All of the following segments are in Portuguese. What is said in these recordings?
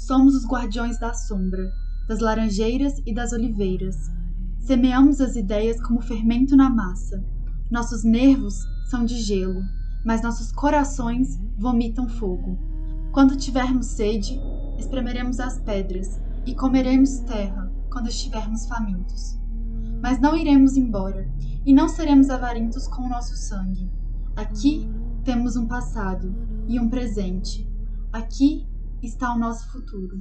Somos os guardiões da sombra, das laranjeiras e das oliveiras. Semeamos as ideias como fermento na massa. Nossos nervos são de gelo, mas nossos corações vomitam fogo. Quando tivermos sede, espremeremos as pedras e comeremos terra quando estivermos famintos. Mas não iremos embora e não seremos avarentos com o nosso sangue. Aqui temos um passado e um presente. Aqui está o nosso futuro.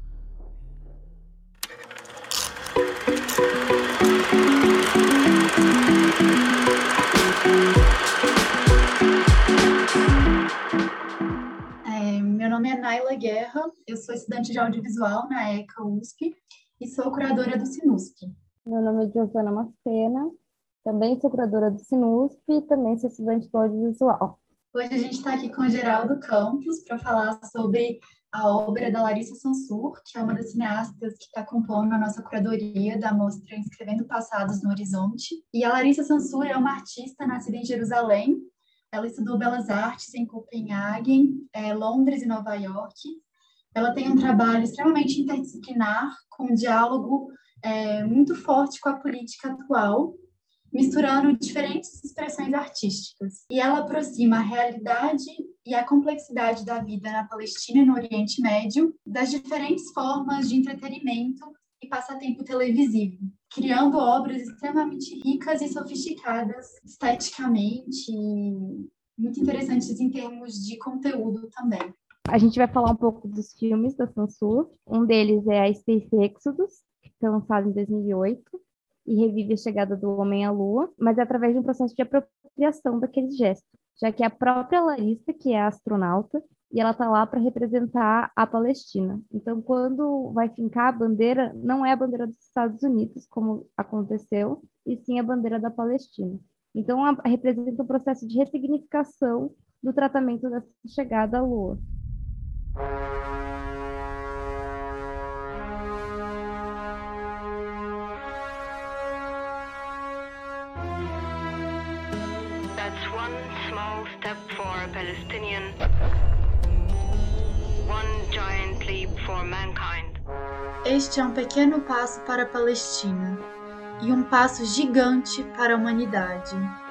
Meu nome é Naila Guerra, eu sou estudante de audiovisual na ECA USP e sou curadora do Sinusp. Meu nome é Giovana Macena, também sou curadora do Sinusp e também sou estudante do audiovisual. Hoje a gente está aqui com o Geraldo Campos para falar sobre a obra da Larissa Sansur, que é uma das cineastas que está compondo a nossa curadoria da mostra Escrevendo Passados no Horizonte. E a Larissa Sansur é uma artista nascida em Jerusalém. Ela estudou Belas Artes em Copenhague, Londres e Nova York. Ela tem um trabalho extremamente interdisciplinar, com um diálogo muito forte com a política atual, misturando diferentes expressões artísticas. E ela aproxima a realidade e a complexidade da vida na Palestina e no Oriente Médio das diferentes formas de entretenimento e passatempo televisivo, criando obras extremamente ricas e sofisticadas esteticamente, e muito interessantes em termos de conteúdo também. A gente vai falar um pouco dos filmes da Sansur. Um deles é a Space Exodus, que foi lançado em 2008 e revive a chegada do homem à Lua, mas é através de um processo de apropriação daquele gesto, já que é a própria Larissa, que é a astronauta, e ela está lá para representar a Palestina. Então, quando vai fincar a bandeira, não é a bandeira dos Estados Unidos, como aconteceu, e sim a bandeira da Palestina. Então, representa um processo de ressignificação do tratamento dessa chegada à Lua. That's one small step for a Palestinian, one giant leap for mankind. Este é um pequeno passo para a Palestina e um passo gigante para a humanidade.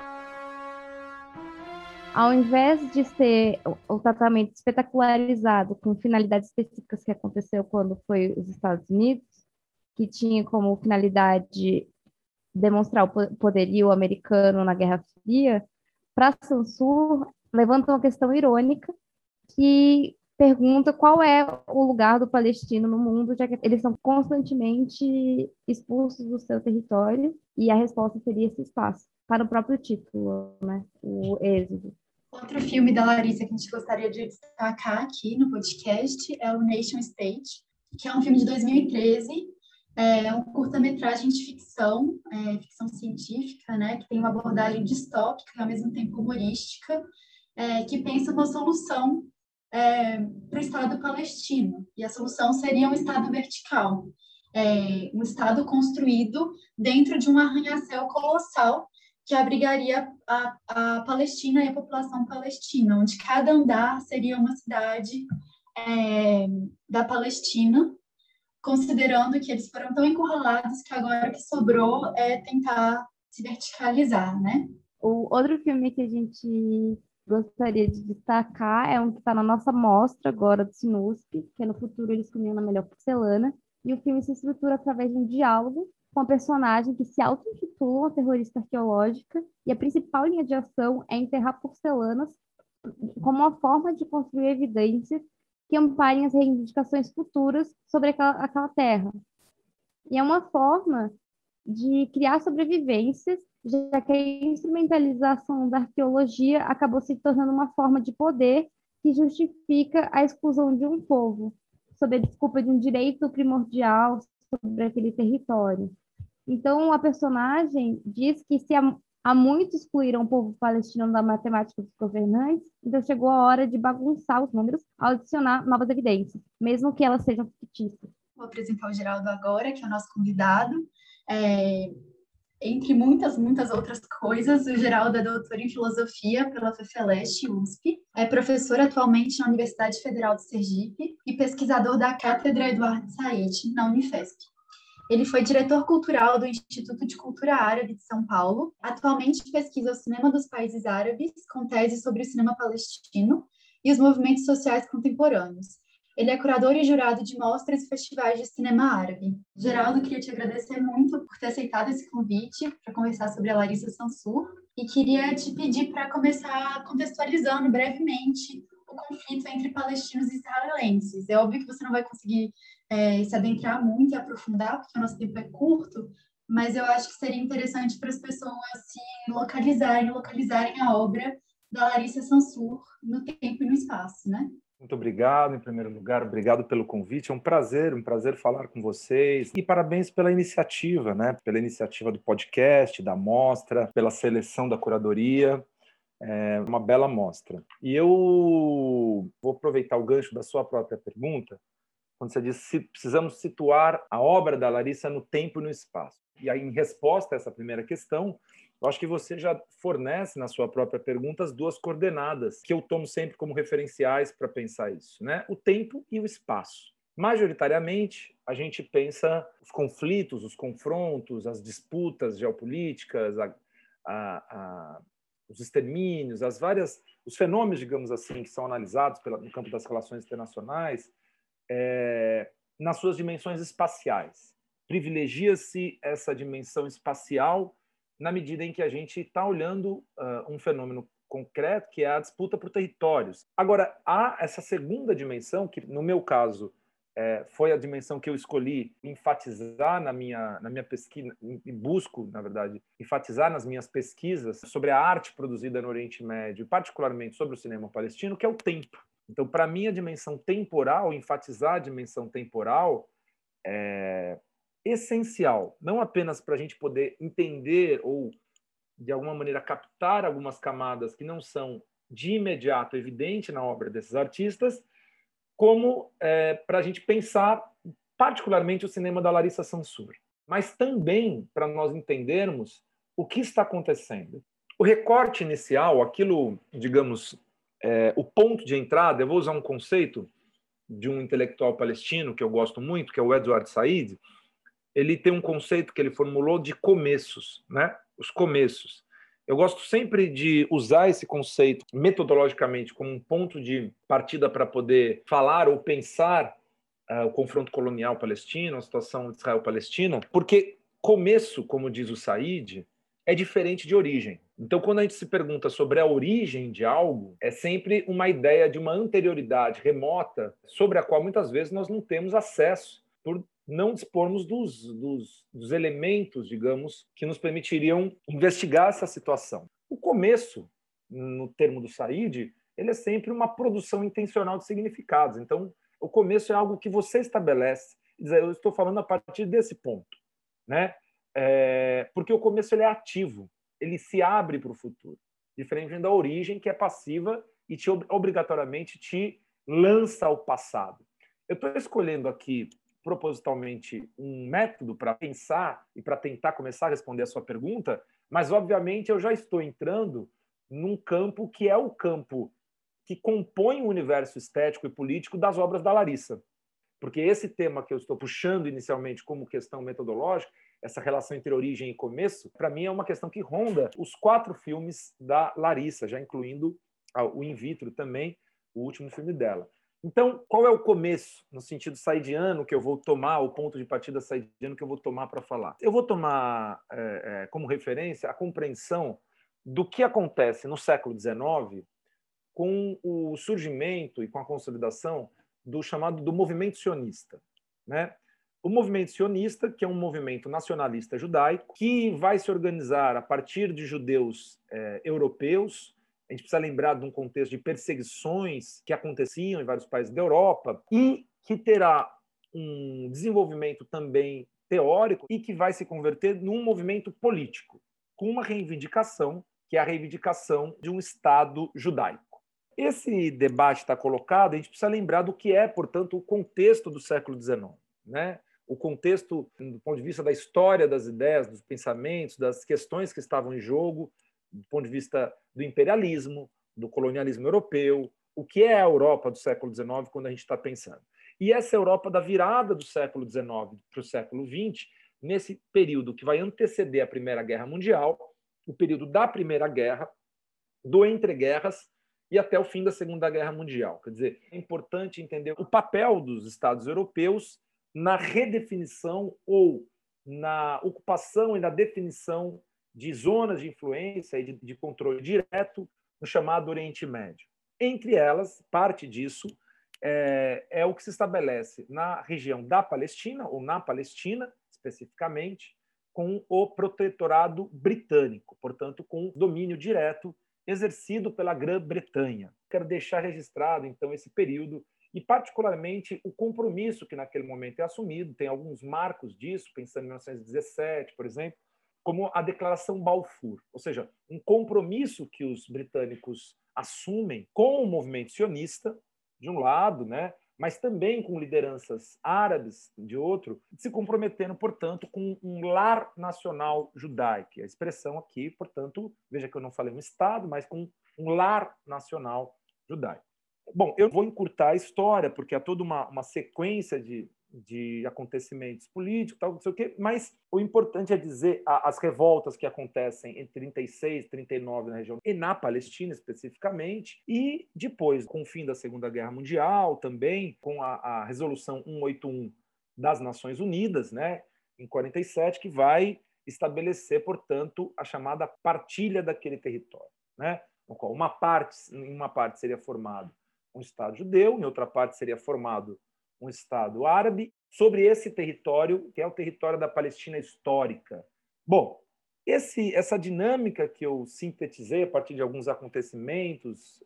Ao invés de ser o tratamento espetacularizado com finalidades específicas que aconteceu quando foi os Estados Unidos, que tinha como finalidade demonstrar o poderio americano na Guerra Fria, para Sansur levanta uma questão irônica que pergunta qual é o lugar do palestino no mundo, já que eles são constantemente expulsos do seu território, e a resposta seria esse espaço, para o próprio título, né? O Êxodo. Outro filme da Larissa que a gente gostaria de destacar aqui no podcast é o Nation State, que é um filme de 2013, um curta-metragem de ficção, ficção científica, né, que tem uma abordagem distópica e ao mesmo tempo humorística, que pensa uma solução para o Estado palestino. E a solução seria um Estado vertical, um Estado construído dentro de um arranha-céu colossal que abrigaria a Palestina e a população palestina, onde cada andar seria uma cidade da Palestina, considerando que eles foram tão encurralados que agora o que sobrou é tentar se verticalizar, né? O outro filme que a gente gostaria de destacar é um que está na nossa mostra agora do Sinusp, que é No Futuro Eles Comiam na Melhor Porcelana, e o filme se estrutura através de um diálogo com a personagem que se auto-intitula uma terrorista arqueológica, e a principal linha de ação é enterrar porcelanas como uma forma de construir evidências que amparem as reivindicações futuras sobre aquela terra. E é uma forma de criar sobrevivências, já que a instrumentalização da arqueologia acabou se tornando uma forma de poder que justifica a exclusão de um povo, sob a desculpa de um direito primordial sobre aquele território. Então, a personagem diz que se há muito excluíram o povo palestino da matemática dos governantes, então chegou a hora de bagunçar os números ao adicionar novas evidências, mesmo que elas sejam fictícias. Vou apresentar o Geraldo agora, que é o nosso convidado. Entre muitas outras coisas, o Geraldo é doutor em filosofia pela FEFELESTE USP, É professor atualmente na Universidade Federal de Sergipe e pesquisador da Cátedra Eduardo Said, na Unifesp. Ele foi diretor cultural do Instituto de Cultura Árabe de São Paulo. Atualmente pesquisa o cinema dos países árabes, com tese sobre o cinema palestino e os movimentos sociais contemporâneos. Ele é curador e jurado de mostras e festivais de cinema árabe. Geraldo, queria te agradecer muito por ter aceitado esse convite para conversar sobre a Larissa Sansur e queria te pedir para começar contextualizando brevemente o conflito entre palestinos e israelenses. É óbvio que você não vai conseguir se adentrar muito e aprofundar, porque o nosso tempo é curto, mas eu acho que seria interessante para as pessoas se localizarem a obra da Larissa Sansur no tempo e no espaço, né? Muito obrigado, em primeiro lugar, obrigado pelo convite. É um prazer falar com vocês. E parabéns pela iniciativa, né? Pela iniciativa do podcast, da mostra, pela seleção da curadoria. É uma bela mostra. E eu vou aproveitar o gancho da sua própria pergunta, quando você diz que precisamos situar a obra da Larissa no tempo e no espaço. E aí, em resposta a essa primeira questão, eu acho que você já fornece na sua própria pergunta as duas coordenadas que eu tomo sempre como referenciais para pensar isso, né? O tempo e o espaço. Majoritariamente, a gente pensa os conflitos, os confrontos, as disputas geopolíticas, os extermínios, os fenômenos, digamos assim, que são analisados no campo das relações internacionais, nas suas dimensões espaciais. Privilegia-se essa dimensão espacial na medida em que a gente está olhando um fenômeno concreto, que é a disputa por territórios. Agora, há essa segunda dimensão, que no meu caso foi a dimensão que eu escolhi enfatizar na minha pesquisa, e busco, na verdade, enfatizar nas minhas pesquisas sobre a arte produzida no Oriente Médio, particularmente sobre o cinema palestino, que é o tempo. Então, para mim, a dimensão temporal, enfatizar a dimensão temporal é essencial, não apenas para a gente poder entender ou, de alguma maneira, captar algumas camadas que não são de imediato evidente na obra desses artistas, como para a gente pensar particularmente o cinema da Larissa Sansur, mas também para nós entendermos o que está acontecendo. O recorte inicial, aquilo, digamos, o ponto de entrada, eu vou usar um conceito de um intelectual palestino que eu gosto muito, que é o Edward Said. Ele tem um conceito que ele formulou de começos, né? Os começos. Eu gosto sempre de usar esse conceito metodologicamente como um ponto de partida para poder falar ou pensar o confronto colonial palestino, a situação de Israel-Palestina, porque começo, como diz o Said, é diferente de origem. Então, quando a gente se pergunta sobre a origem de algo, é sempre uma ideia de uma anterioridade remota sobre a qual muitas vezes nós não temos acesso por não dispormos dos elementos, digamos, que nos permitiriam investigar essa situação. O começo, no termo do Said, ele é sempre uma produção intencional de significados. Então, o começo é algo que você estabelece. Eu estou falando a partir desse ponto, né? Porque o começo ele é ativo, ele se abre para o futuro, diferente da origem, que é passiva e obrigatoriamente te lança ao passado. Eu estou escolhendo aqui propositalmente um método para pensar e para tentar começar a responder a sua pergunta, mas, obviamente, eu já estou entrando num campo que é o campo que compõe o universo estético e político das obras da Larissa. Porque esse tema que eu estou puxando inicialmente como questão metodológica, essa relação entre origem e começo, para mim é uma questão que ronda os 4 filmes da Larissa, já incluindo o In Vitro também, o último filme dela. Então, qual é o começo, no sentido saidiano, que eu vou tomar, o ponto de partida saidiano que eu vou tomar para falar? Eu vou tomar como referência a compreensão do que acontece no século XIX com o surgimento e com a consolidação do movimento sionista, né? O movimento sionista, que é um movimento nacionalista judaico, que vai se organizar a partir de judeus europeus. A gente precisa lembrar de um contexto de perseguições que aconteciam em vários países da Europa e que terá um desenvolvimento também teórico e que vai se converter num movimento político, com uma reivindicação, que é a reivindicação de um Estado judaico. Esse debate está colocado, a gente precisa lembrar do que é, portanto, o contexto do século XIX, né? O contexto, do ponto de vista da história das ideias, dos pensamentos, das questões que estavam em jogo, do ponto de vista do imperialismo, do colonialismo europeu, o que é a Europa do século XIX quando a gente está pensando. E essa Europa da virada do século XIX para o século XX, nesse período que vai anteceder a Primeira Guerra Mundial, o período da Primeira Guerra, do entreguerras e até o fim da Segunda Guerra Mundial. Quer dizer, é importante entender o papel dos Estados europeus na redefinição ou na ocupação e na definição de zonas de influência e de controle direto no chamado Oriente Médio. Entre elas, parte disso é o que se estabelece na região da Palestina, ou na Palestina, especificamente, com o protetorado britânico, portanto, com domínio direto exercido pela Grã-Bretanha. Quero deixar registrado, então, esse período e, particularmente, o compromisso que naquele momento é assumido. Tem alguns marcos disso, pensando em 1917, por exemplo, como a Declaração Balfour, ou seja, um compromisso que os britânicos assumem com o movimento sionista, de um lado, né, mas também com lideranças árabes, de outro, se comprometendo, portanto, com um lar nacional judaico. A expressão aqui, portanto, veja que eu não falei um Estado, mas com um lar nacional judaico. Bom, eu vou encurtar a história, porque há toda uma sequência de acontecimentos políticos, tal, não sei o quê, mas o importante é dizer as revoltas que acontecem entre 36 e 39 na região e na Palestina especificamente, e depois, com o fim da Segunda Guerra Mundial, também com a Resolução 181 das Nações Unidas, né, em 47, que vai estabelecer, portanto, a chamada partilha daquele território, né, no qual em uma parte seria formado um Estado judeu, em outra parte seria formado um Estado árabe, sobre esse território, que é o território da Palestina histórica. Bom, essa dinâmica que eu sintetizei a partir de alguns acontecimentos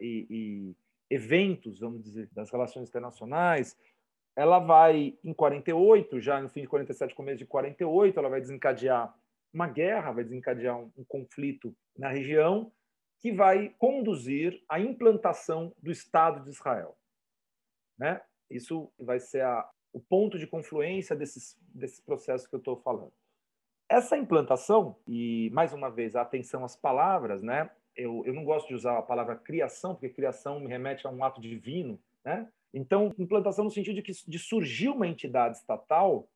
e eventos, vamos dizer, das relações internacionais, ela vai, em 48, já no fim de 47, começo de 48, ela vai desencadear uma guerra, vai desencadear um conflito na região, que vai conduzir à implantação do Estado de Israel, né? Isso vai ser o ponto de confluência desses processos que eu estou falando. Essa implantação, e mais uma vez, a atenção às palavras, né? Eu não gosto de usar a palavra criação, porque criação me remete a um ato divino, né? Então, implantação no sentido de surgir uma entidade estatal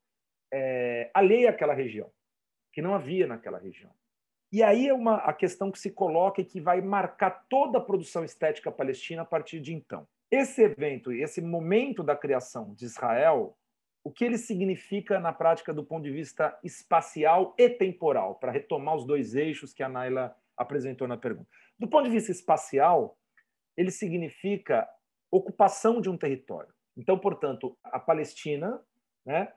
alheia àquela região, que não havia naquela região. E aí é a questão que se coloca e que vai marcar toda a produção estética palestina a partir de então. Esse evento e esse momento da criação de Israel, o que ele significa na prática do ponto de vista espacial e temporal, para retomar os dois eixos que a Naila apresentou na pergunta. Do ponto de vista espacial, ele significa ocupação de um território. Então, portanto, a Palestina, né,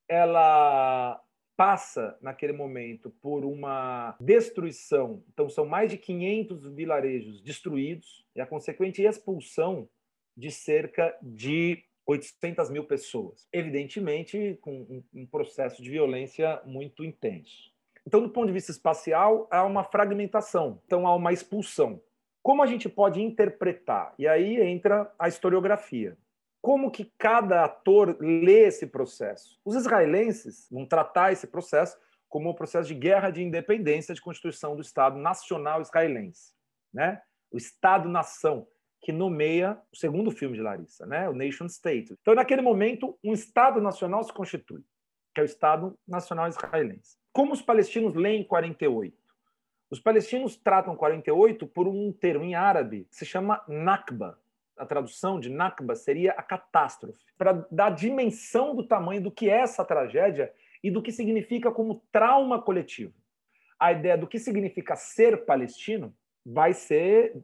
ela passa, naquele momento, por uma destruição. Então, são mais de 500 vilarejos destruídos e a consequente expulsão de cerca de 800 mil pessoas. Evidentemente, com um processo de violência muito intenso. Então, do ponto de vista espacial, há uma fragmentação. Então, há uma expulsão. Como a gente pode interpretar? E aí entra a historiografia. Como que cada ator lê esse processo? Os israelenses vão tratar esse processo como um processo de guerra de independência, de constituição do Estado Nacional Israelense, né? O Estado-nação, que nomeia o segundo filme de Larissa, né? O Nation State. Então, naquele momento, um Estado Nacional se constitui, que é o Estado Nacional Israelense. Como os palestinos leem 48? Os palestinos tratam 48 por um termo em árabe que se chama Nakba. A tradução de Nakba seria a catástrofe, para dar dimensão do tamanho do que é essa tragédia e do que significa como trauma coletivo. A ideia do que significa ser palestino vai ser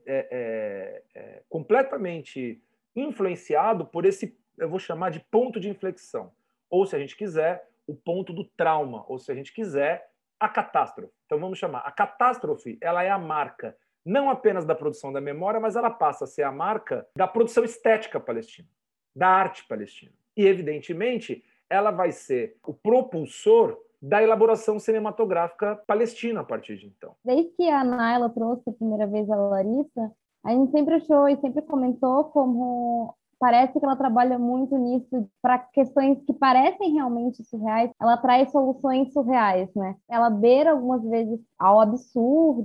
completamente influenciado por esse, eu vou chamar de ponto de inflexão, ou, se a gente quiser, o ponto do trauma, ou, se a gente quiser, a catástrofe. Então, vamos chamar. A catástrofe, ela é a marca não apenas da produção da memória, mas ela passa a ser a marca da produção estética palestina, da arte palestina. E, evidentemente, ela vai ser o propulsor da elaboração cinematográfica palestina a partir de então. Desde que a Naila trouxe a primeira vez a Larissa, a gente sempre achou e sempre comentou como parece que ela trabalha muito nisso para questões que parecem realmente surreais. Ela traz soluções surreais, né? Ela beira algumas vezes ao absurdo,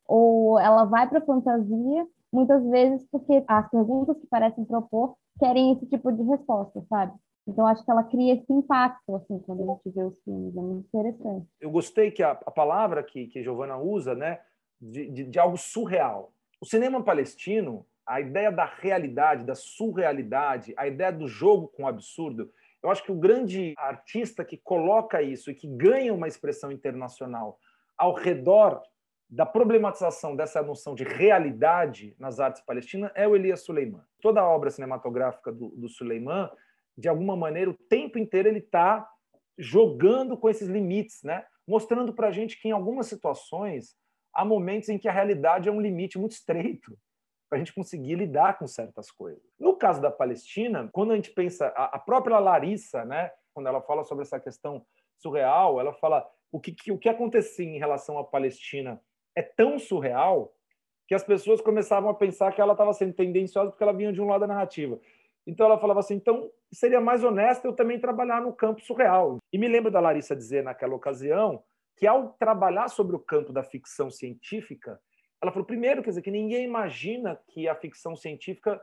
ou ela vai para fantasia, muitas vezes porque as perguntas que parecem propor querem esse tipo de resposta, sabe? Então, acho que ela cria esse impacto, assim, quando a gente vê os filmes. É muito interessante. Eu gostei que a palavra que Giovanna usa, né, de algo surreal. O cinema palestino, a ideia da realidade, da surrealidade, a ideia do jogo com o absurdo, eu acho que o grande artista que coloca isso e que ganha uma expressão internacional ao redor da problematização dessa noção de realidade nas artes palestinas é o Elias Suleiman. Toda a obra cinematográfica do Suleiman, de alguma maneira, o tempo inteiro ele está jogando com esses limites, né? Mostrando para a gente que, em algumas situações, há momentos em que a realidade é um limite muito estreito para a gente conseguir lidar com certas coisas. No caso da Palestina, quando a gente pensa, a própria Larissa, né, quando ela fala sobre essa questão surreal, ela fala o que acontecia em relação à Palestina é tão surreal que as pessoas começavam a pensar que ela estava sendo tendenciosa porque ela vinha de um lado da narrativa. Então ela falava assim, então seria mais honesto eu também trabalhar no campo surreal. E me lembro da Larissa dizer naquela ocasião que ao trabalhar sobre o campo da ficção científica, ela falou, primeiro, quer dizer, que ninguém imagina que a ficção científica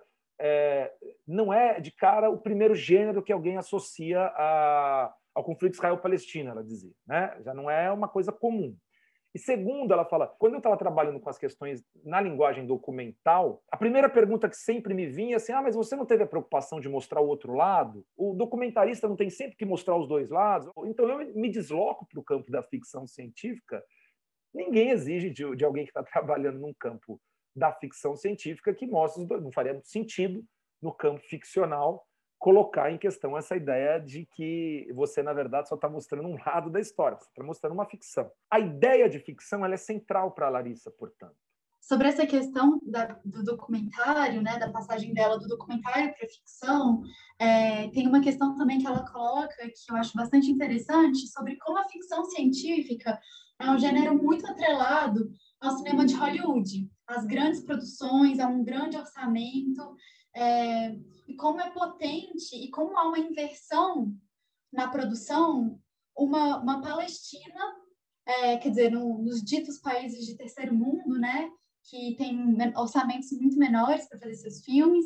não é, de cara, o primeiro gênero que alguém associa ao conflito Israel-Palestina, ela dizia, né? Já não é uma coisa comum. E segundo, ela fala, quando eu estava trabalhando com as questões na linguagem documental, a primeira pergunta que sempre me vinha é assim, mas você não teve a preocupação de mostrar o outro lado? O documentarista não tem sempre que mostrar os dois lados? Então eu me desloco para o campo da ficção científica. Ninguém exige de alguém que está trabalhando num campo da ficção científica que mostre os dois. Não faria sentido, no campo ficcional, colocar em questão essa ideia de que você, na verdade, só está mostrando um lado da história, você está mostrando uma ficção. A ideia de ficção ela é central para a Larissa, portanto. Sobre essa questão do documentário, né, da passagem dela do documentário para a ficção, tem uma questão também que ela coloca, que eu acho bastante interessante, sobre como a ficção científica é um gênero muito atrelado ao cinema de Hollywood, às grandes produções, a um grande orçamento, e como é potente e como há uma inversão na produção, uma Palestina, quer dizer, nos ditos países de terceiro mundo, né, que tem orçamentos muito menores para fazer seus filmes,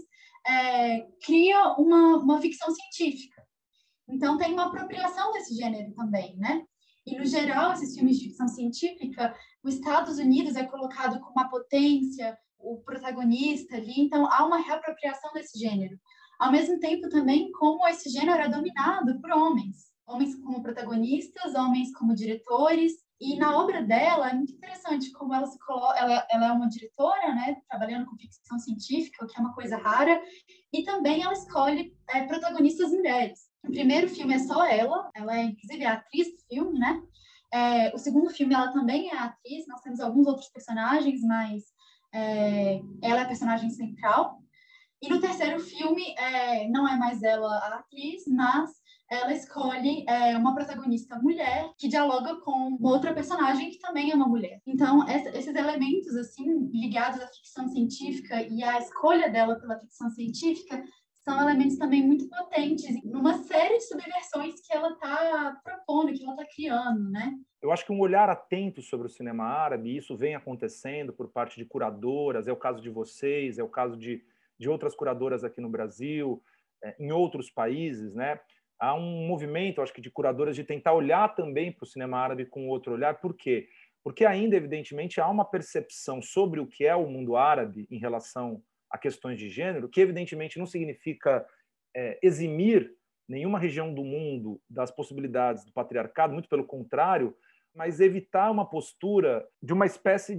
cria uma ficção científica. Então, tem uma apropriação desse gênero também, né? E, no geral, esses filmes de ficção científica, os Estados Unidos é colocado como uma potência, o protagonista ali, então há uma reapropriação desse gênero. Ao mesmo tempo, também, como esse gênero é dominado por homens. Homens como protagonistas, homens como diretores. E na obra dela é muito interessante como ela se coloca, ela é uma diretora, né, trabalhando com ficção científica, o que é uma coisa rara, e também ela escolhe protagonistas mulheres. O primeiro filme é só ela é inclusive a atriz do filme, né? O segundo filme ela também é a atriz, nós temos alguns outros personagens, mas ela é a personagem central. E no terceiro filme, não é mais ela a atriz, mas ela escolhe uma protagonista mulher que dialoga com outra personagem que também é uma mulher. Então, esses elementos, assim, ligados à ficção científica e à escolha dela pela ficção científica, são elementos também muito potentes numa série de subversões que ela está propondo, que ela está criando, né? Eu acho que um olhar atento sobre o cinema árabe, isso vem acontecendo por parte de curadoras, é o caso de vocês, é o caso de outras curadoras aqui no Brasil, em outros países, né? Há um movimento, acho que, de curadoras de tentar olhar também para o cinema árabe com outro olhar. Por quê? Porque ainda, evidentemente, há uma percepção sobre o que é o mundo árabe em relação a questões de gênero, que, evidentemente, não significa eximir nenhuma região do mundo das possibilidades do patriarcado, muito pelo contrário, mas evitar uma postura de uma espécie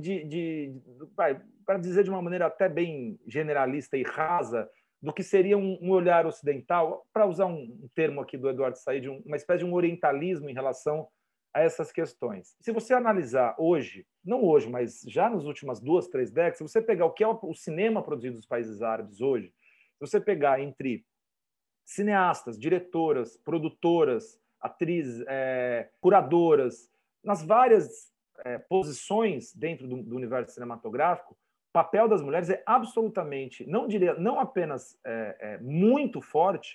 para dizer de uma maneira até bem generalista e rasa, do que seria um olhar ocidental, para usar um termo aqui do Eduardo Said, uma espécie de um orientalismo em relação a essas questões. Se você analisar hoje, não hoje, mas já nas últimas 2, 3 décadas, se você pegar o que é o cinema produzido nos países árabes hoje, se você pegar entre cineastas, diretoras, produtoras, atrizes, curadoras, nas várias posições dentro do universo cinematográfico, o papel das mulheres é absolutamente, não apenas muito forte,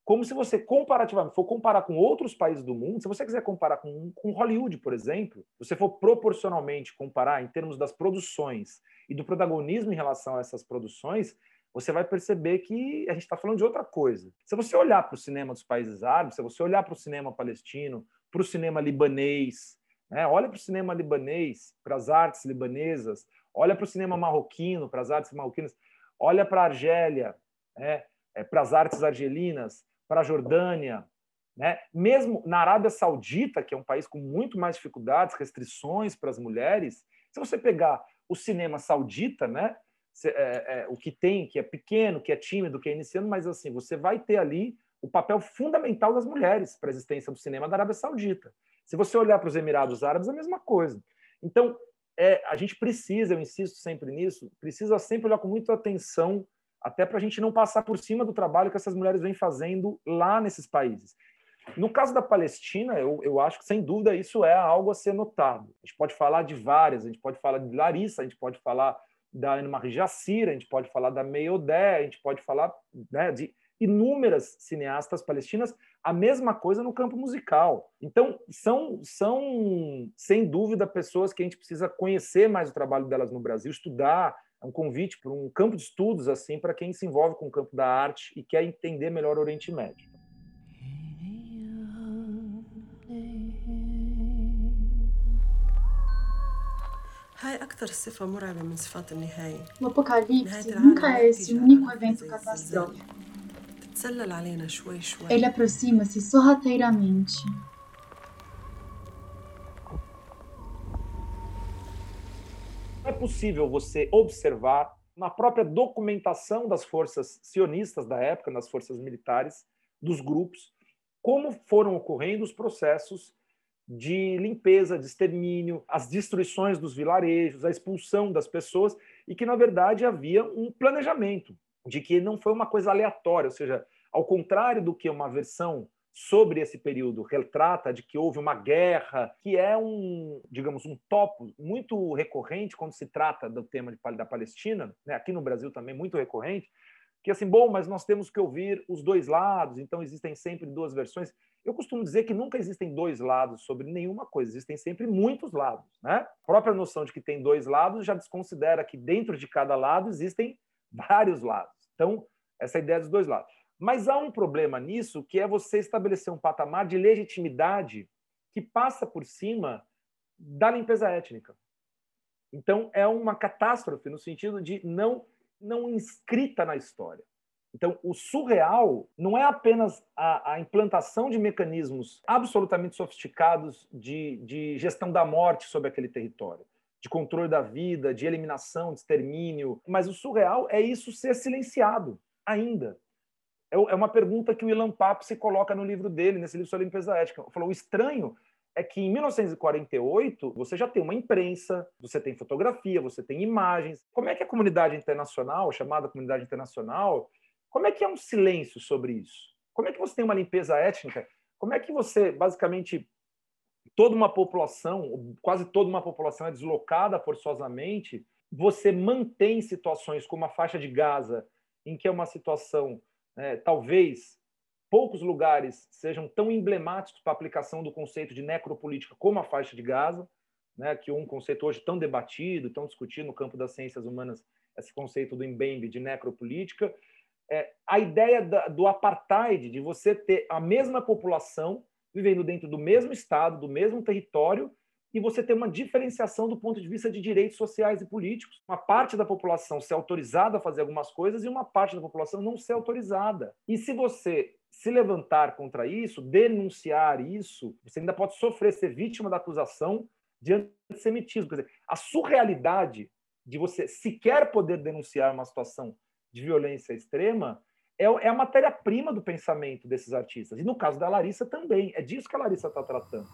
como se você comparativamente for comparar com outros países do mundo, se você quiser comparar com Hollywood, por exemplo, se você for proporcionalmente comparar em termos das produções e do protagonismo em relação a essas produções, você vai perceber que a gente está falando de outra coisa. Se você olhar para o cinema dos países árabes, se você olhar para o cinema palestino, para o cinema libanês, né? Olha para o cinema libanês, para as artes libanesas, olha para o cinema marroquino, para as artes marroquinas, olha para a Argélia, né? Para as artes argelinas, para a Jordânia, né? Mesmo na Arábia Saudita, que é um país com muito mais dificuldades, restrições para as mulheres, se você pegar o cinema saudita, né? O que tem, que é pequeno, que é tímido, que é iniciando, mas assim, você vai ter ali o papel fundamental das mulheres para a existência do cinema da Arábia Saudita. Se você olhar para os Emirados Árabes, é a mesma coisa. Então, a gente precisa, eu insisto sempre nisso, precisa sempre olhar com muita atenção, até para a gente não passar por cima do trabalho que essas mulheres vêm fazendo lá nesses países. No caso da Palestina, eu acho que, sem dúvida, isso é algo a ser notado. A gente pode falar de várias, a gente pode falar de Larissa, a gente pode falar da Anne-Marie Jassira, a gente pode falar da May Odeh, a gente pode falar, né, de inúmeras cineastas palestinas, a mesma coisa no campo musical. Então, são, sem dúvida, pessoas que a gente precisa conhecer mais o trabalho delas no Brasil, estudar. É um convite para um campo de estudos assim para quem se envolve com o campo da arte e quer entender melhor o Oriente Médio. O apocalipse nunca é esse único evento catastrófico. Ele aproxima-se sorrateiramente. Não é possível você observar na própria documentação das forças sionistas da época, nas forças militares, dos grupos, como foram ocorrendo os processos de limpeza, de extermínio, as destruições dos vilarejos, a expulsão das pessoas, e que, na verdade, havia um planejamento, de que não foi uma coisa aleatória, ou seja, ao contrário do que uma versão sobre esse período retrata, de que houve uma guerra, que é digamos, um tópico muito recorrente quando se trata do tema da Palestina, né? Aqui no Brasil também muito recorrente, que assim, bom, mas nós temos que ouvir os dois lados, então existem sempre duas versões. Eu costumo dizer que nunca existem dois lados sobre nenhuma coisa, existem sempre muitos lados, né? A própria noção de que tem dois lados já desconsidera que dentro de cada lado existem vários lados. Então, essa ideia dos dois lados. Mas há um problema nisso, que é você estabelecer um patamar de legitimidade que passa por cima da limpeza étnica. Então, é uma catástrofe no sentido de não inscrita na história. Então, o surreal não é apenas a implantação de mecanismos absolutamente sofisticados de gestão da morte sobre aquele território, de controle da vida, de eliminação, de extermínio, mas o surreal é isso ser silenciado ainda. É uma pergunta que o Ilan Pappé se coloca no livro dele, nesse livro sobre limpeza étnica. Ele falou, o estranho é que em 1948 você já tem uma imprensa, você tem fotografia, você tem imagens. Como é que a comunidade internacional, chamada comunidade internacional, como é que é um silêncio sobre isso? Como é que você tem uma limpeza étnica? Como é que você, basicamente, toda uma população, quase toda uma população é deslocada forçosamente, você mantém situações como a faixa de Gaza, em que é uma situação, talvez, poucos lugares sejam tão emblemáticos para a aplicação do conceito de necropolítica como a faixa de Gaza, né, que é um conceito hoje tão debatido, tão discutido no campo das ciências humanas, esse conceito do Mbembe de necropolítica. A ideia do apartheid, de você ter a mesma população vivendo dentro do mesmo estado, do mesmo território, e você ter uma diferenciação do ponto de vista de direitos sociais e políticos. Uma parte da população ser autorizada a fazer algumas coisas e uma parte da população não ser autorizada. E se você se levantar contra isso, denunciar isso, você ainda pode sofrer, ser vítima da acusação de antissemitismo. Quer dizer, a surrealidade de você sequer poder denunciar uma situação de violência extrema é a matéria-prima do pensamento desses artistas. E no caso da Larissa também. É disso que a Larissa está tratando.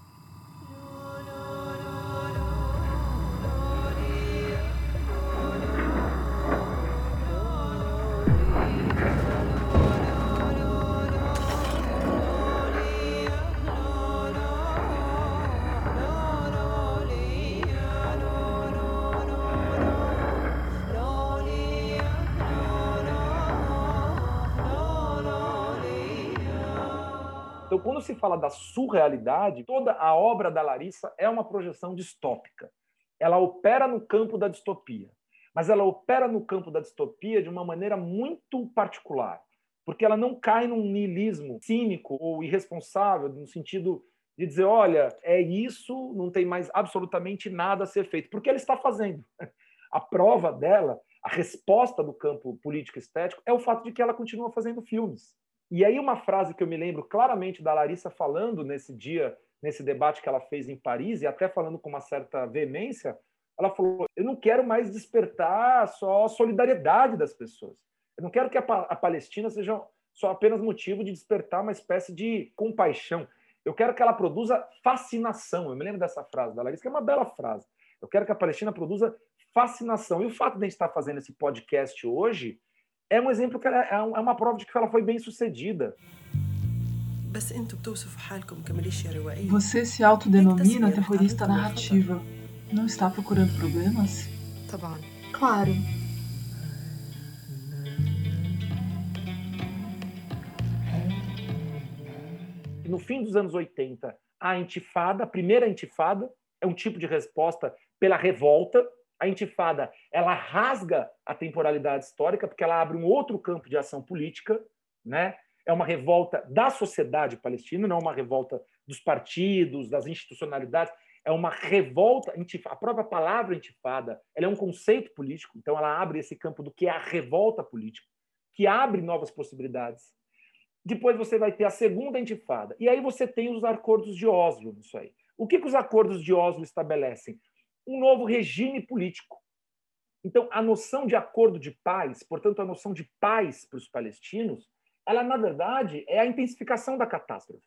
Então, quando se fala da surrealidade, toda a obra da Larissa é uma projeção distópica. Ela opera no campo da distopia, mas ela opera no campo da distopia de uma maneira muito particular, porque ela não cai num niilismo cínico ou irresponsável, no sentido de dizer, olha, é isso, não tem mais absolutamente nada a ser feito, porque ela está fazendo. A prova dela, a resposta do campo político-estético é o fato de que ela continua fazendo filmes. E aí uma frase que eu me lembro claramente da Larissa falando nesse dia, nesse debate que ela fez em Paris, e até falando com uma certa veemência, ela falou, eu não quero mais despertar só a solidariedade das pessoas. Eu não quero que a Palestina seja só apenas motivo de despertar uma espécie de compaixão. Eu quero que ela produza fascinação. Eu me lembro dessa frase da Larissa, que é uma bela frase. Eu quero que a Palestina produza fascinação. E o fato de a gente estar fazendo esse podcast hoje é um exemplo que ela é uma prova de que ela foi bem sucedida. Você se autodenomina terrorista narrativa. Não está procurando problemas? Claro. No fim dos anos 80, a intifada, a primeira intifada, é um tipo de resposta pela revolta. A intifada, ela rasga a temporalidade histórica porque ela abre um outro campo de ação política, né? É uma revolta da sociedade palestina, não é uma revolta dos partidos, das institucionalidades, é uma revolta, a própria palavra intifada, ela é um conceito político, então ela abre esse campo do que é a revolta política, que abre novas possibilidades. Depois você vai ter a segunda intifada, e aí você tem os acordos de Oslo nisso aí. O que os acordos de Oslo estabelecem? Um novo regime político. Então, a noção de acordo de paz, portanto, a noção de paz para os palestinos, ela, na verdade, é a intensificação da catástrofe.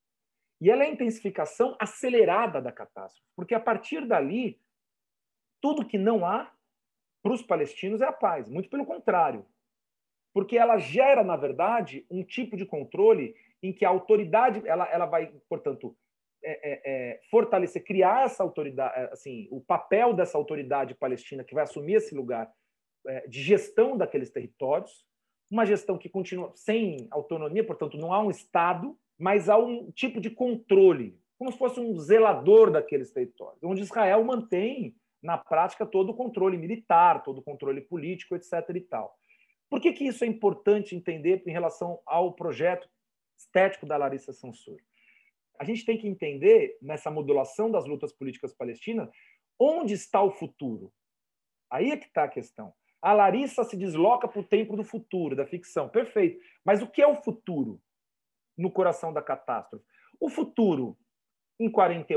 E ela é a intensificação acelerada da catástrofe, porque, a partir dali, tudo que não há para os palestinos é a paz, muito pelo contrário. Porque ela gera, na verdade, um tipo de controle em que a autoridade ela vai, portanto, fortalecer, criar essa autoridade, assim, o papel dessa autoridade palestina que vai assumir esse lugar de gestão daqueles territórios, uma gestão que continua sem autonomia, portanto, não há um Estado, mas há um tipo de controle, como se fosse um zelador daqueles territórios, onde Israel mantém, na prática, todo o controle militar, todo o controle político, etc. e tal. Por que isso é importante entender em relação ao projeto estético da Larissa Sansur? A gente tem que entender, nessa modulação das lutas políticas palestinas, onde está o futuro. Aí é que está a questão. A Larissa se desloca para o tempo do futuro, da ficção. Perfeito. Mas o que é o futuro no coração da catástrofe? O futuro, em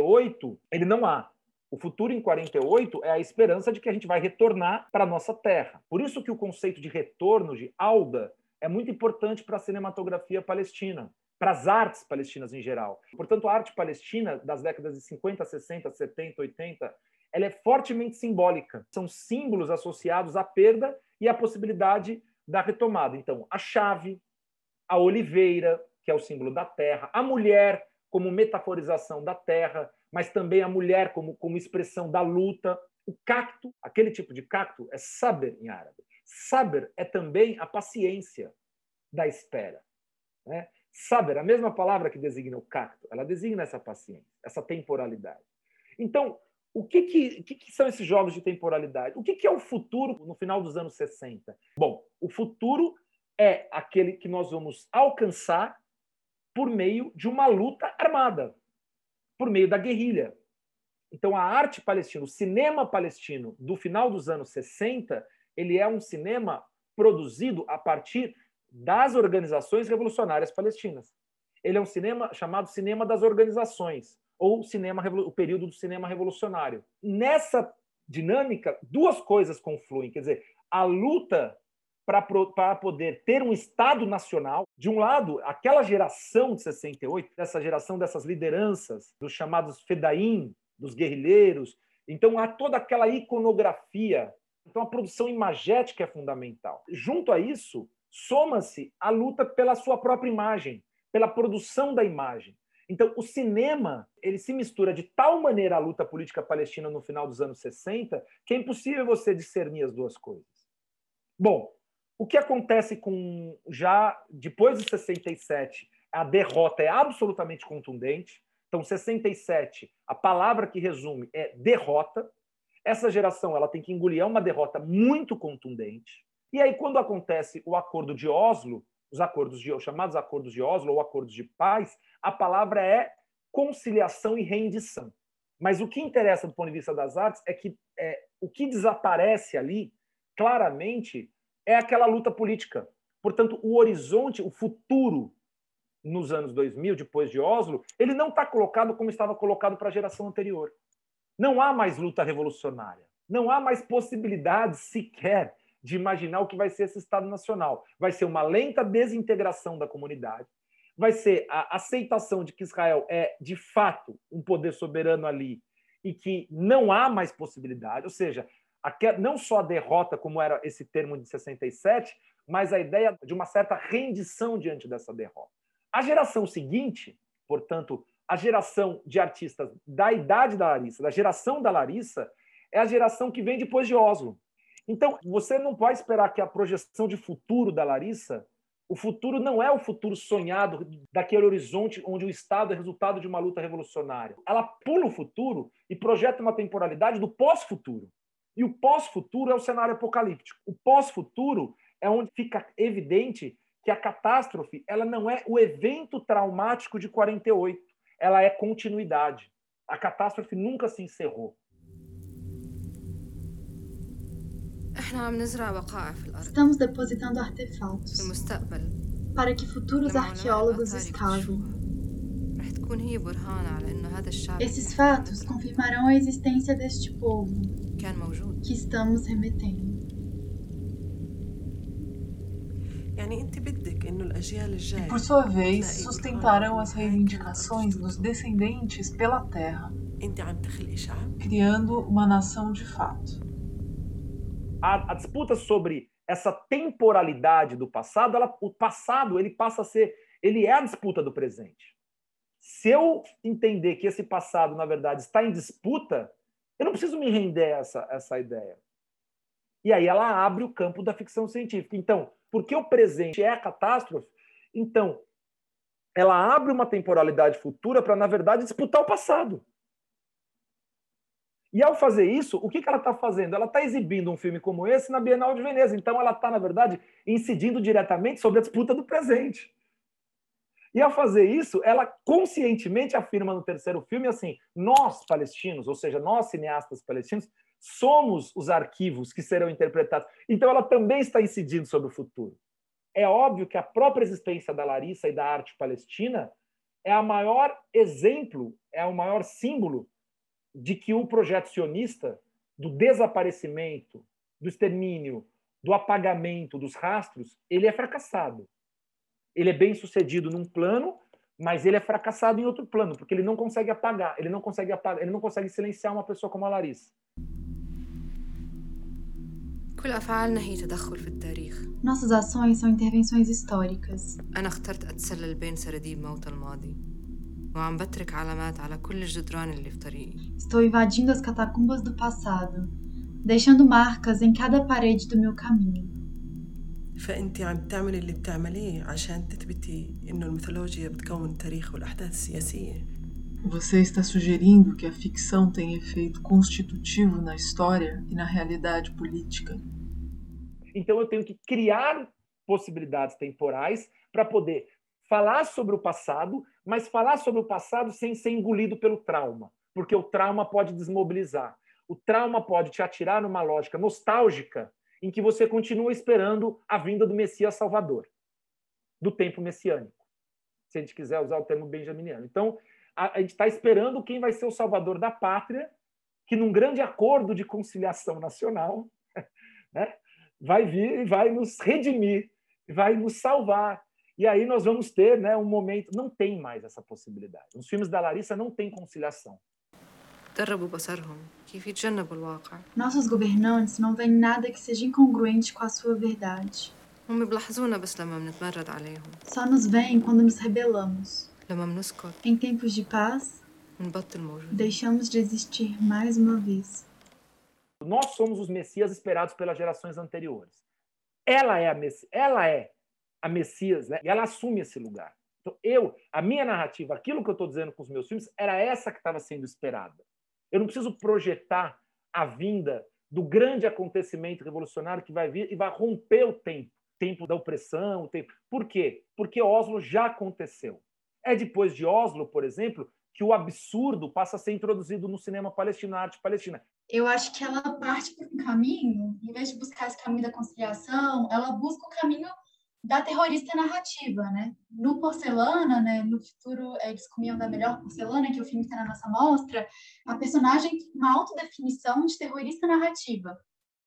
48, ele não há. O futuro em 48 é a esperança de que a gente vai retornar para a nossa terra. Por isso que o conceito de retorno, de Auda, é muito importante para a cinematografia palestina, para as artes palestinas em geral. Portanto, a arte palestina das décadas de 50, 60, 70, 80, ela é fortemente simbólica. São símbolos associados à perda e à possibilidade da retomada. Então, a chave, a oliveira, que é o símbolo da terra, a mulher como metaforização da terra, mas também a mulher como expressão da luta. O cacto, aquele tipo de cacto, é sabr em árabe. Sabr é também a paciência da espera, né? Sabr, a mesma palavra que designa o cacto, ela designa essa paciência, essa temporalidade. Então, o que são esses jogos de temporalidade? O que é o futuro no final dos anos 60? Bom, o futuro é aquele que nós vamos alcançar por meio de uma luta armada, por meio da guerrilha. Então, a arte palestina, o cinema palestino do final dos anos 60, ele é um cinema produzido a partir das organizações revolucionárias palestinas. Ele é um cinema chamado cinema das organizações, ou o período do cinema revolucionário. Nessa dinâmica, duas coisas confluem, quer dizer, a luta para poder ter um Estado nacional. De um lado, aquela geração de 68, essa geração dessas lideranças, dos chamados fedaim, dos guerrilheiros. Então, há toda aquela iconografia. Então, a produção imagética é fundamental. Junto a isso, soma-se a luta pela sua própria imagem, pela produção da imagem. Então, o cinema ele se mistura de tal maneira à luta política palestina no final dos anos 60 que é impossível você discernir as duas coisas. Bom, o que acontece já depois de 67, a derrota é absolutamente contundente. Então, 67, a palavra que resume é derrota. Essa geração ela tem que engolir uma derrota muito contundente. E aí, quando acontece o Acordo de Oslo, os chamados Acordos de Oslo ou Acordos de Paz, a palavra é conciliação e rendição. Mas o que interessa do ponto de vista das artes é que o que desaparece ali, claramente, é aquela luta política. Portanto, o horizonte, o futuro nos anos 2000, depois de Oslo, ele não está colocado como estava colocado para a geração anterior. Não há mais luta revolucionária. Não há mais possibilidade sequer de imaginar o que vai ser esse Estado Nacional. Vai ser uma lenta desintegração da comunidade, vai ser a aceitação de que Israel é, de fato, um poder soberano ali e que não há mais possibilidade, ou seja, não só a derrota, como era esse termo de 67, mas a ideia de uma certa rendição diante dessa derrota. A geração seguinte, portanto, a geração de artistas da idade da Larissa, da geração da Larissa, é a geração que vem depois de Oslo. Então, você não pode esperar que a projeção de futuro da Larissa, o futuro não é o futuro sonhado daquele horizonte onde o Estado é resultado de uma luta revolucionária. Ela pula o futuro e projeta uma temporalidade do pós-futuro. E o pós-futuro é o cenário apocalíptico. O pós-futuro é onde fica evidente que a catástrofe ela não é o evento traumático de 48, ela é continuidade. A catástrofe nunca se encerrou. Estamos depositando artefatos para que futuros arqueólogos escavem. Esses fatos confirmarão a existência deste povo que estamos remetendo. E, por sua vez, sustentarão as reivindicações dos descendentes pela terra, criando uma nação de fato. A disputa sobre essa temporalidade do passado, o passado ele passa a ser, ele é a disputa do presente. Se eu entender que esse passado, na verdade, está em disputa, eu não preciso me render a essa ideia. E aí ela abre o campo da ficção científica. Então, porque o presente é a catástrofe, então ela abre uma temporalidade futura para, na verdade, disputar o passado. E ao fazer isso, o que ela está fazendo? Ela está exibindo um filme como esse na Bienal de Veneza. Então ela está, na verdade, incidindo diretamente sobre a disputa do presente. E ao fazer isso, ela conscientemente afirma no terceiro filme assim, nós palestinos, ou seja, nós cineastas palestinos, somos os arquivos que serão interpretados. Então ela também está incidindo sobre o futuro. É óbvio que a própria existência da Larissa e da arte palestina é o maior exemplo, é o maior símbolo de que o projeto sionista do desaparecimento, do extermínio, do apagamento dos rastros, ele é fracassado. Ele é bem sucedido num plano, mas ele é fracassado em outro plano, porque ele não consegue apagar, ele não consegue silenciar uma pessoa como a Larissa. Nossas ações são intervenções históricas. Estou invadindo as catacumbas do passado, deixando marcas em cada parede do meu caminho. فأنت عم تعملي اللي بتعمليه عشان تثبتي إنه الميثولوجيا بتكون التاريخ والأحداث السياسية. Você está sugerindo que a ficção tem efeito constitutivo na história e na realidade política. Então eu tenho que criar possibilidades temporais para poder falar sobre o passado, mas falar sobre o passado sem ser engolido pelo trauma, porque o trauma pode desmobilizar. O trauma pode te atirar numa lógica nostálgica em que você continua esperando a vinda do Messias Salvador, do tempo messiânico, se a gente quiser usar o termo benjaminiano. Então, a gente está esperando quem vai ser o salvador da pátria, que num grande acordo de conciliação nacional, né, vai vir e vai nos redimir, vai nos salvar. E aí nós vamos ter, né, um momento... Não tem mais essa possibilidade. Os filmes da Larissa não têm conciliação. Nossos governantes não veem nada que seja incongruente com a sua verdade. Só nos veem quando nos rebelamos. Em tempos de paz, deixamos de existir mais uma vez. Nós somos os Messias esperados pelas gerações anteriores. Ela é a Messias, né? E ela assume esse lugar. Então, a minha narrativa, aquilo que eu estou dizendo com os meus filmes, era essa que estava sendo esperada. Eu não preciso projetar a vinda do grande acontecimento revolucionário que vai vir e vai romper o tempo da opressão. O tempo. Por quê? Porque Oslo já aconteceu. É depois de Oslo, por exemplo, que o absurdo passa a ser introduzido no cinema palestino, na arte palestina. Eu acho que ela parte por um caminho, em vez de buscar esse caminho da conciliação, ela busca o caminho da terrorista narrativa, né? No Porcelana, né, no futuro eles comiam da melhor porcelana, que é o filme que está na nossa mostra, a personagem tem uma autodefinição de terrorista narrativa.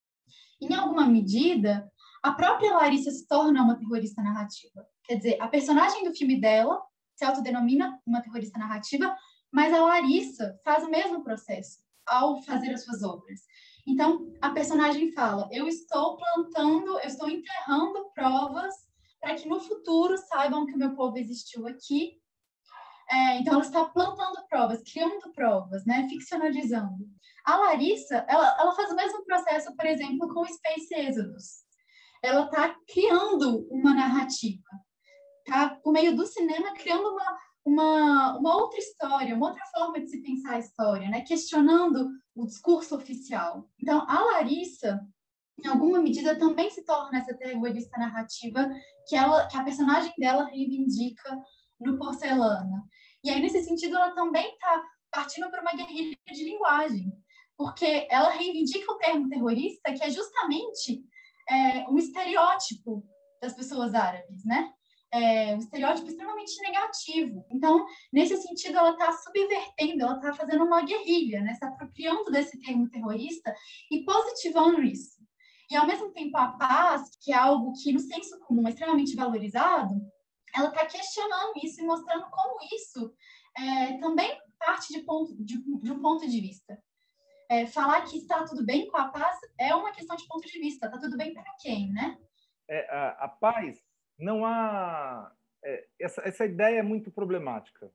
Em alguma medida, a própria Larissa se torna uma terrorista narrativa. Quer dizer, a personagem do filme dela se autodenomina uma terrorista narrativa, mas a Larissa faz o mesmo processo ao fazer as suas obras. Então, a personagem fala, eu estou enterrando provas para que no futuro saibam que o meu povo existiu aqui. Então, ela está plantando provas, criando provas, né? Ficcionalizando. A Larissa, ela faz o mesmo processo, por exemplo, com o Space Exodus. Ela está criando uma narrativa, tá? Por meio do cinema, criando uma outra história, uma outra forma de se pensar a história, né? Questionando o discurso oficial. Então, a Larissa, em alguma medida, também se torna essa terrorista narrativa que a personagem dela reivindica no Porcelana. E aí, nesse sentido, ela também está partindo para uma guerrilha de linguagem, porque ela reivindica o termo terrorista, que é justamente um estereótipo das pessoas árabes, né? Um estereótipo extremamente negativo. Então, nesse sentido, ela está subvertendo, ela está fazendo uma guerrilha, né? Se apropriando desse termo terrorista e positivando isso. E, ao mesmo tempo, a paz, que é algo que, no senso comum, é extremamente valorizado, ela está questionando isso e mostrando como isso também parte de um ponto de vista. Falar que está tudo bem com a paz é uma questão de ponto de vista. Está tudo bem para quem, né? A paz, não há... essa ideia é muito problemática.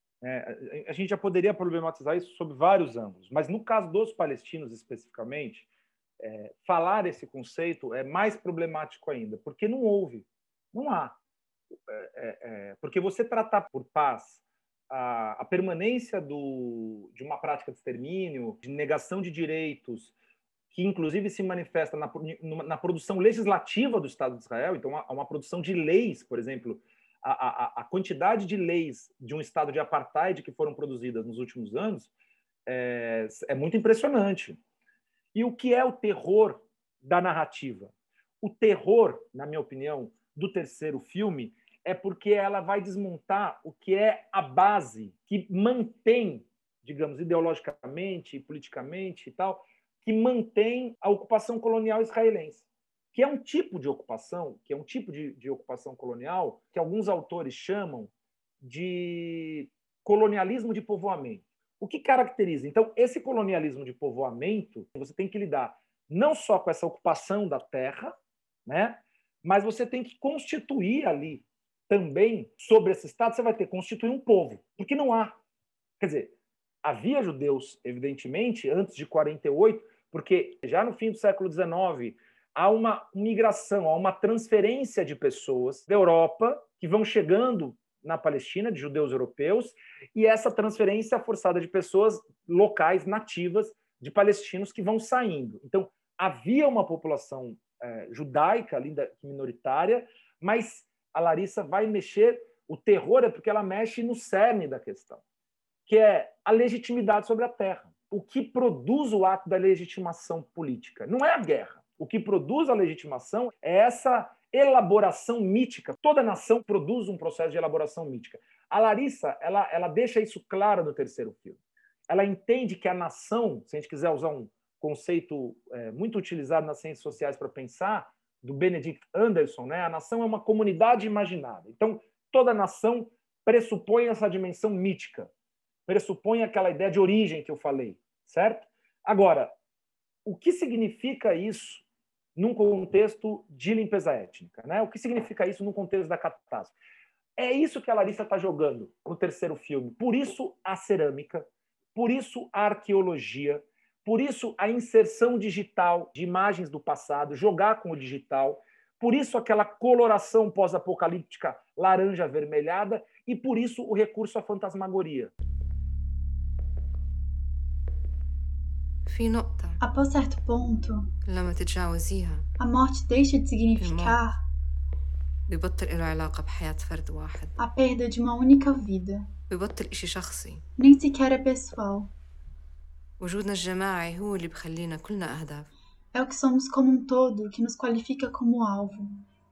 A gente já poderia problematizar isso sob vários ângulos, mas no caso dos palestinos especificamente, falar esse conceito é mais problemático ainda, porque não há. Porque você tratar por paz a permanência de uma prática de extermínio, de negação de direitos, que inclusive se manifesta na produção legislativa do Estado de Israel, então há uma produção de leis, por exemplo, a quantidade de leis de um Estado de apartheid que foram produzidas nos últimos anos é muito impressionante. E o que é o terror da narrativa? O terror, na minha opinião, do terceiro filme é porque ela vai desmontar o que é a base que mantém, digamos, ideologicamente, politicamente e tal, que mantém a ocupação colonial israelense, que é um tipo de ocupação, de ocupação colonial que alguns autores chamam de colonialismo de povoamento. O que caracteriza? Então, esse colonialismo de povoamento, você tem que lidar não só com essa ocupação da terra, né? Mas você tem que constituir ali também, sobre esse Estado, você vai ter que constituir um povo, porque não há. Quer dizer, havia judeus, evidentemente, antes de 48, porque já no fim do século XIX há uma migração, há uma transferência de pessoas da Europa que vão chegando na Palestina, de judeus europeus, e essa transferência forçada de pessoas locais, nativas, de palestinos que vão saindo. Então, havia uma população judaica ali, minoritária, mas a Larissa vai mexer, o terror é porque ela mexe no cerne da questão, que é a legitimidade sobre a terra. O que produz o ato da legitimação política não é a guerra. O que produz a legitimação é essa elaboração mítica. Toda nação produz um processo de elaboração mítica. A Larissa, ela deixa isso claro no terceiro filme. Ela entende que a nação, se a gente quiser usar um conceito muito utilizado nas ciências sociais para pensar, do Benedict Anderson, né? A nação é uma comunidade imaginada. Então, toda nação pressupõe essa dimensão mítica, pressupõe aquela ideia de origem que eu falei, certo? Agora, o que significa isso num contexto de limpeza étnica, né? O que significa isso num contexto da catástrofe? É isso que a Larissa está jogando no terceiro filme. Por isso a cerâmica, por isso a arqueologia, por isso a inserção digital de imagens do passado, jogar com o digital, por isso aquela coloração pós-apocalíptica laranja avermelhada e por isso o recurso à fantasmagoria. في نقطة Após certo ponto, لما تتجاوزيها a morte deixa de significar ببطل له علاقة بحياة فرد واحد، a perda de uma única vida. ببطل إشي شخصي. Nem sequer é pessoal. وجودنا الجماعي هو اللي بخلينا كلنا أهداف. É o que somos como um todo que nos qualifica como alvo.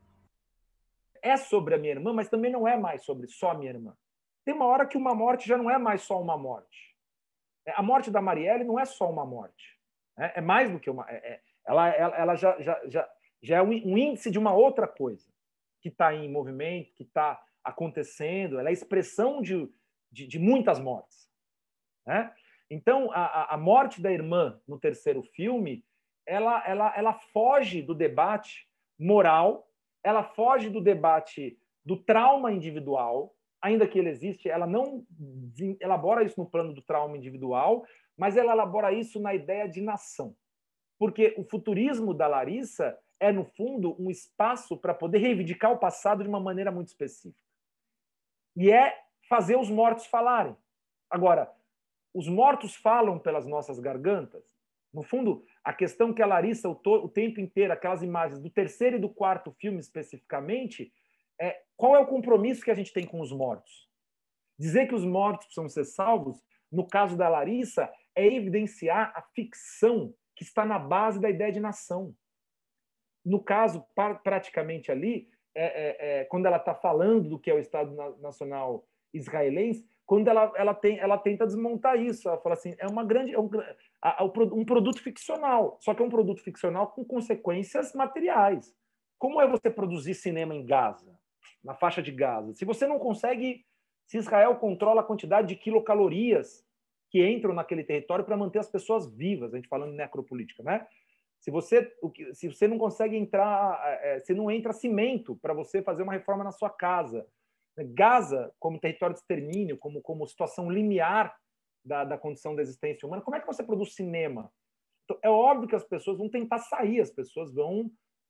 É sobre a minha irmã, mas também não é mais sobre só a minha irmã. Tem uma hora que uma morte já não é mais só uma morte. A morte da Marielle não é só uma morte. É mais do que uma... ela já é um índice de uma outra coisa que está em movimento, que está acontecendo. Ela é a expressão de muitas mortes. Né? Então, a morte da irmã no terceiro filme, ela foge do debate moral, ela foge do debate do trauma individual, ainda que ele existe, ela não elabora isso no plano do trauma individual, mas ela elabora isso na ideia de nação. Porque o futurismo da Larissa é, no fundo, um espaço para poder reivindicar o passado de uma maneira muito específica. E é fazer os mortos falarem. Agora, os mortos falam pelas nossas gargantas. No fundo, a questão que a Larissa, o tempo inteiro, aquelas imagens do terceiro e do quarto filme especificamente, qual é o compromisso que a gente tem com os mortos? Dizer que os mortos precisam ser salvos, no caso da Larissa, é evidenciar a ficção que está na base da ideia de nação. No caso, praticamente ali, quando ela está falando do que é o Estado Nacional israelense, quando ela tenta desmontar isso, ela fala assim, um produto ficcional, só que é um produto ficcional com consequências materiais. Como é você produzir cinema em Gaza, na faixa de Gaza? Se você não consegue, se Israel controla a quantidade de quilocalorias que entram naquele território para manter as pessoas vivas, a gente falando de necropolítica, né? Se você não consegue entrar, se não entra cimento para você fazer uma reforma na sua casa, Gaza, como território de extermínio, como situação limiar da condição da existência humana, como é que você produz cinema? Então, é óbvio que as pessoas vão tentar sair, as pessoas vão...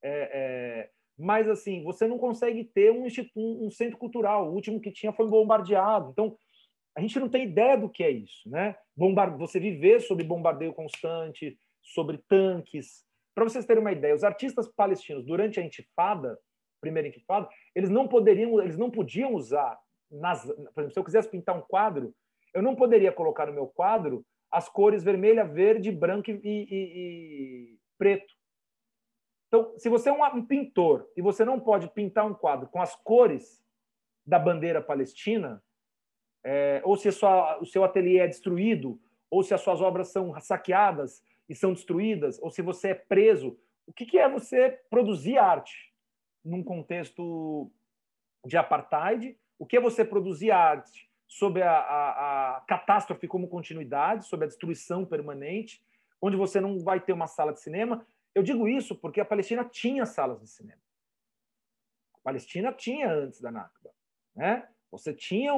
mas, assim, você não consegue ter um centro cultural. O último que tinha foi bombardeado. Então, a gente não tem ideia do que é isso, né? Você viver sob bombardeio constante, sobre tanques. Para vocês terem uma ideia, os artistas palestinos, durante a intifada, primeira intifada, eles não podiam usar, por exemplo, se eu quisesse pintar um quadro, eu não poderia colocar no meu quadro as cores vermelha, verde, branco e preto. Então, se você é um pintor e você não pode pintar um quadro com as cores da bandeira palestina, ou se o seu ateliê é destruído, ou se as suas obras são saqueadas e são destruídas, ou se você é preso, o que é você produzir arte num contexto de apartheid? O que é você produzir arte sob a catástrofe como continuidade, sob a destruição permanente, onde você não vai ter uma sala de cinema? Eu digo isso porque a Palestina tinha salas de cinema. A Palestina tinha antes da Nakba, né? Você tinha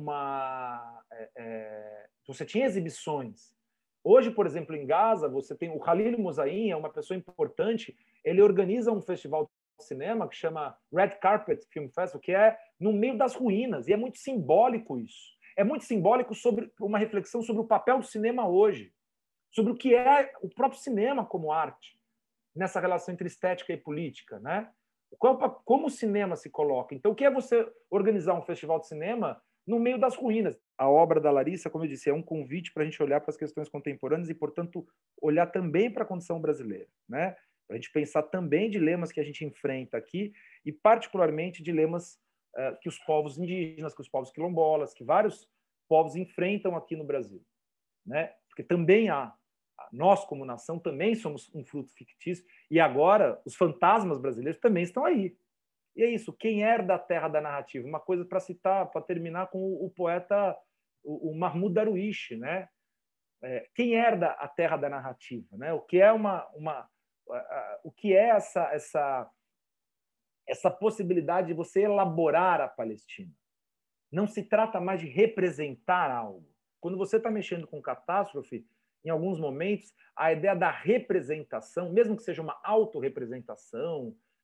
você tinha exibições. Hoje, por exemplo, em Gaza, você tem o Khalil Mozaim, é uma pessoa importante. Ele organiza um festival de cinema que chama Red Carpet Film Festival, que é no meio das ruínas, e é muito simbólico isso. É muito simbólico sobre uma reflexão sobre o papel do cinema hoje, sobre o que é o próprio cinema como arte, nessa relação entre estética e política, né? Como o cinema se coloca. Então, o que é você organizar um festival de cinema no meio das ruínas? A obra da Larissa, como eu disse, é um convite para a gente olhar para as questões contemporâneas e, portanto, olhar também para a condição brasileira, né? Para a gente pensar também dilemas que a gente enfrenta aqui e, particularmente, dilemas que os povos indígenas, que os povos quilombolas, que vários povos enfrentam aqui no Brasil, né? Porque também nós, como nação, também somos um fruto fictício e agora os fantasmas brasileiros também estão aí. E é isso, quem herda a terra da narrativa? Uma coisa para citar, para terminar com o poeta, o Mahmoud Darwish, né? Quem herda a terra da narrativa? Né? O que é o que é essa possibilidade de você elaborar a Palestina? Não se trata mais de representar algo. Quando você está mexendo com catástrofe, em alguns momentos, a ideia da representação, mesmo que seja uma autorrepresentação,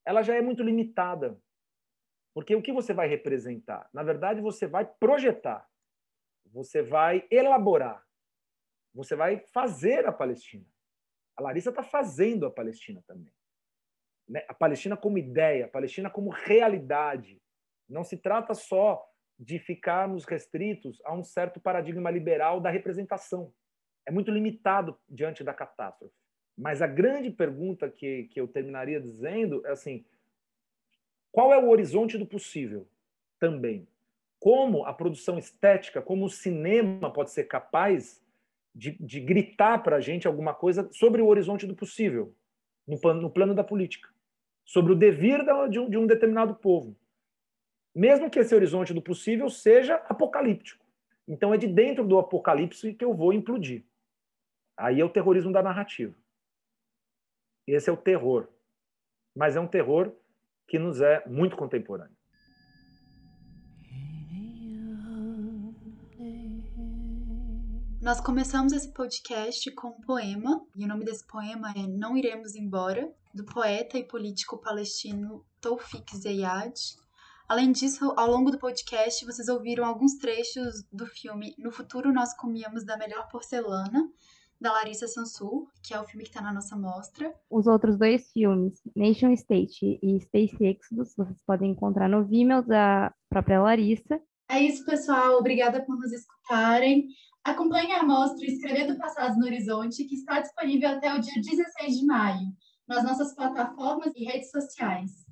ela já é muito limitada. Porque o que você vai representar? Na verdade, você vai projetar, você vai elaborar, você vai fazer a Palestina. A Larissa está fazendo a Palestina também. Né? A Palestina como ideia, a Palestina como realidade. Não se trata só de ficarmos restritos a um certo paradigma liberal da representação. É muito limitado diante da catástrofe. Mas a grande pergunta que eu terminaria dizendo é assim, qual é o horizonte do possível também? Como a produção estética, como o cinema pode ser capaz de gritar para a gente alguma coisa sobre o horizonte do possível, no plano da política, sobre o devir de um determinado povo. Mesmo que esse horizonte do possível seja apocalíptico. Então é de dentro do apocalipse que eu vou implodir. Aí é o terrorismo da narrativa. Esse é o terror. Mas é um terror que nos é muito contemporâneo. Nós começamos esse podcast com um poema, e o nome desse poema é Não Iremos Embora, do poeta e político palestino Tawfik Zayad. Além disso, ao longo do podcast, vocês ouviram alguns trechos do filme No Futuro Nós Comíamos da Melhor Porcelana, da Larissa Sansur, que é o filme que está na nossa mostra. Os outros 2 filmes, Nation State e Space Exodus, vocês podem encontrar no Vimeo da própria Larissa. É isso, pessoal. Obrigada por nos escutarem. Acompanhe a mostra Escrevendo Passados no Horizonte, que está disponível até o dia 16 de maio, nas nossas plataformas e redes sociais.